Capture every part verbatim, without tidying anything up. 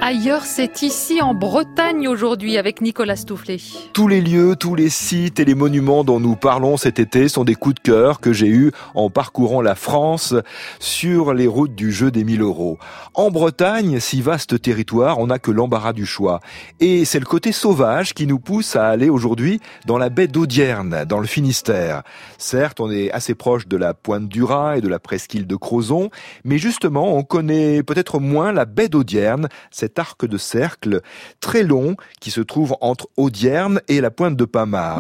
Ailleurs, c'est ici en Bretagne aujourd'hui avec Nicolas Stoufflet. Tous les lieux, tous les sites et les monuments dont nous parlons cet été sont des coups de cœur que j'ai eus en parcourant la France sur les routes du jeu des mille euros. En Bretagne, si vaste territoire, on n'a que l'embarras du choix. Et c'est le côté sauvage qui nous pousse à aller aujourd'hui dans la baie d'Audierne, dans le Finistère. Certes, on est assez proche de la pointe du Raz et de la presqu'île de Crozon, mais justement, on connaît peut-être moins la baie d'Audierne, cet arc de cercle très long qui se trouve entre Audierne et la pointe de Pamar.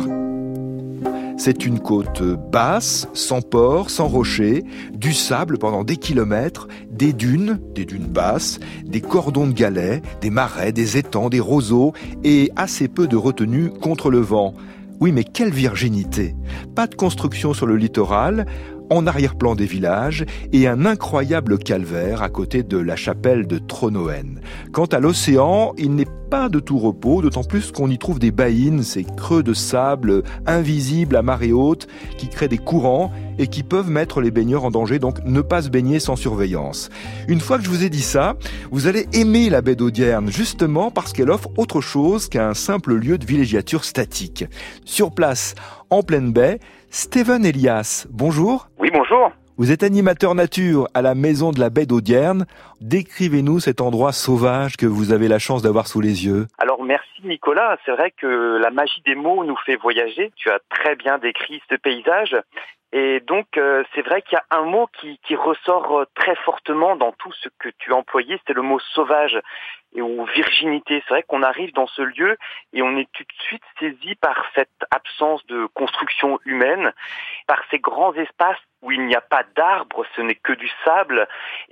C'est une côte basse, sans port, sans rochers, du sable pendant des kilomètres, des dunes, des dunes basses, des cordons de galets, des marais, des étangs, des roseaux et assez peu de retenue contre le vent. Oui, mais quelle virginité! Pas de construction sur le littoral, en arrière-plan des villages et un incroyable calvaire à côté de la chapelle de Tronoën. Quant à l'océan, il n'est pas de tout repos, d'autant plus qu'on y trouve des baïnes, ces creux de sable invisibles à marée haute qui créent des courants et qui peuvent mettre les baigneurs en danger, donc ne pas se baigner sans surveillance. Une fois que je vous ai dit ça, vous allez aimer la baie d'Audierne, justement parce qu'elle offre autre chose qu'un simple lieu de villégiature statique. Sur place, en pleine baie, Steven Elias, bonjour. Oui, bonjour. Vous êtes animateur nature à la maison de la baie d'Audierne. Décrivez-nous cet endroit sauvage que vous avez la chance d'avoir sous les yeux. Alors merci Nicolas, c'est vrai que la magie des mots nous fait voyager. Tu as très bien décrit ce paysage. Et donc, euh, c'est vrai qu'il y a un mot qui, qui ressort très fortement dans tout ce que tu as employé, c'est le mot sauvage et ou virginité. C'est vrai qu'on arrive dans ce lieu et on est tout de suite saisi par cette absence de construction humaine, par ces grands espaces où il n'y a pas d'arbres, ce n'est que du sable.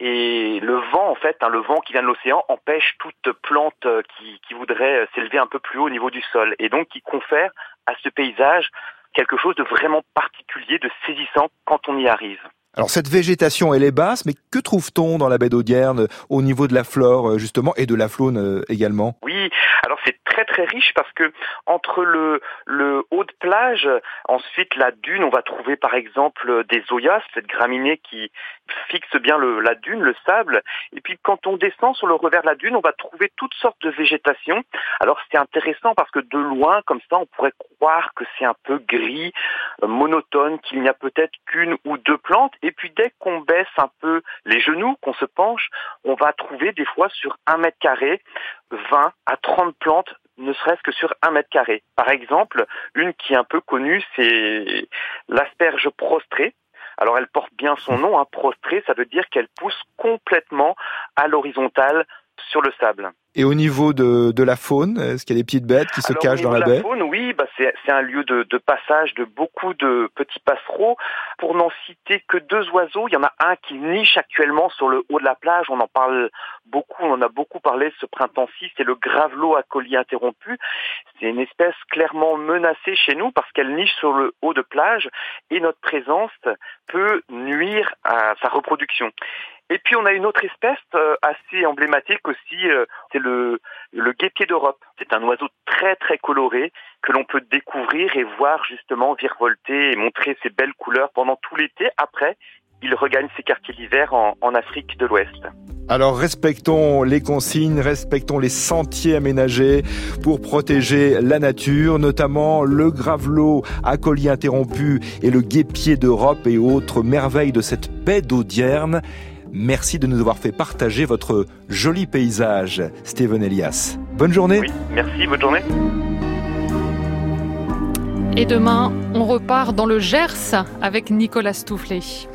Et le vent, en fait, hein, le vent qui vient de l'océan empêche toute plante qui, qui voudrait s'élever un peu plus haut au niveau du sol. Et donc, qui confère à ce paysage quelque chose de vraiment particulier, de saisissant quand on y arrive. Alors cette végétation, elle est basse, mais que trouve-t-on dans la baie d'Audierne au niveau de la flore justement et de la faune également ? Oui, alors c'est très très riche parce que entre le le haut de plage, ensuite la dune, on va trouver par exemple des zoyas, cette graminée qui fixe bien le, la dune, le sable. Et puis quand on descend sur le revers de la dune, on va trouver toutes sortes de végétation. Alors c'est intéressant parce que de loin, comme ça, on pourrait croire que c'est un peu gris, monotone, qu'il n'y a peut-être qu'une ou deux plantes. Et puis dès qu'on baisse un peu les genoux, qu'on se penche, on va trouver des fois sur un mètre carré, vingt à trente plantes, ne serait-ce que sur un mètre carré. Par exemple, une qui est un peu connue, c'est l'asperge prostrée. Alors elle porte bien son nom, hein, prostrée, ça veut dire qu'elle pousse complètement à l'horizontale sur le sable. Et au niveau de, de la faune, est-ce qu'il y a des petites bêtes qui se Alors, cachent dans la, la baie ? faune, oui, bah c'est, c'est un lieu de, de passage de beaucoup de petits passereaux. Pour n'en citer que deux oiseaux, il y en a un qui niche actuellement sur le haut de la plage. On en parle beaucoup, on en a beaucoup parlé ce printemps-ci. C'est le gravelot à collier interrompu. C'est une espèce clairement menacée chez nous parce qu'elle niche sur le haut de plage et notre présence peut nuire à sa reproduction. Et puis on a une autre espèce euh, assez emblématique aussi, euh, c'est le, le guêpier d'Europe. C'est un oiseau très très coloré que l'on peut découvrir et voir justement virevolter et montrer ses belles couleurs pendant tout l'été. Après, il regagne ses quartiers d'hiver en, en Afrique de l'Ouest. Alors respectons les consignes, respectons les sentiers aménagés pour protéger la nature, notamment le gravelot à collier interrompu et le guêpier d'Europe et autres merveilles de cette baie d'Audierne. Merci de nous avoir fait partager votre joli paysage, Steven Elias. Bonne journée. Oui, merci, bonne journée. Et demain, on repart dans le Gers avec Nicolas Stoufflet.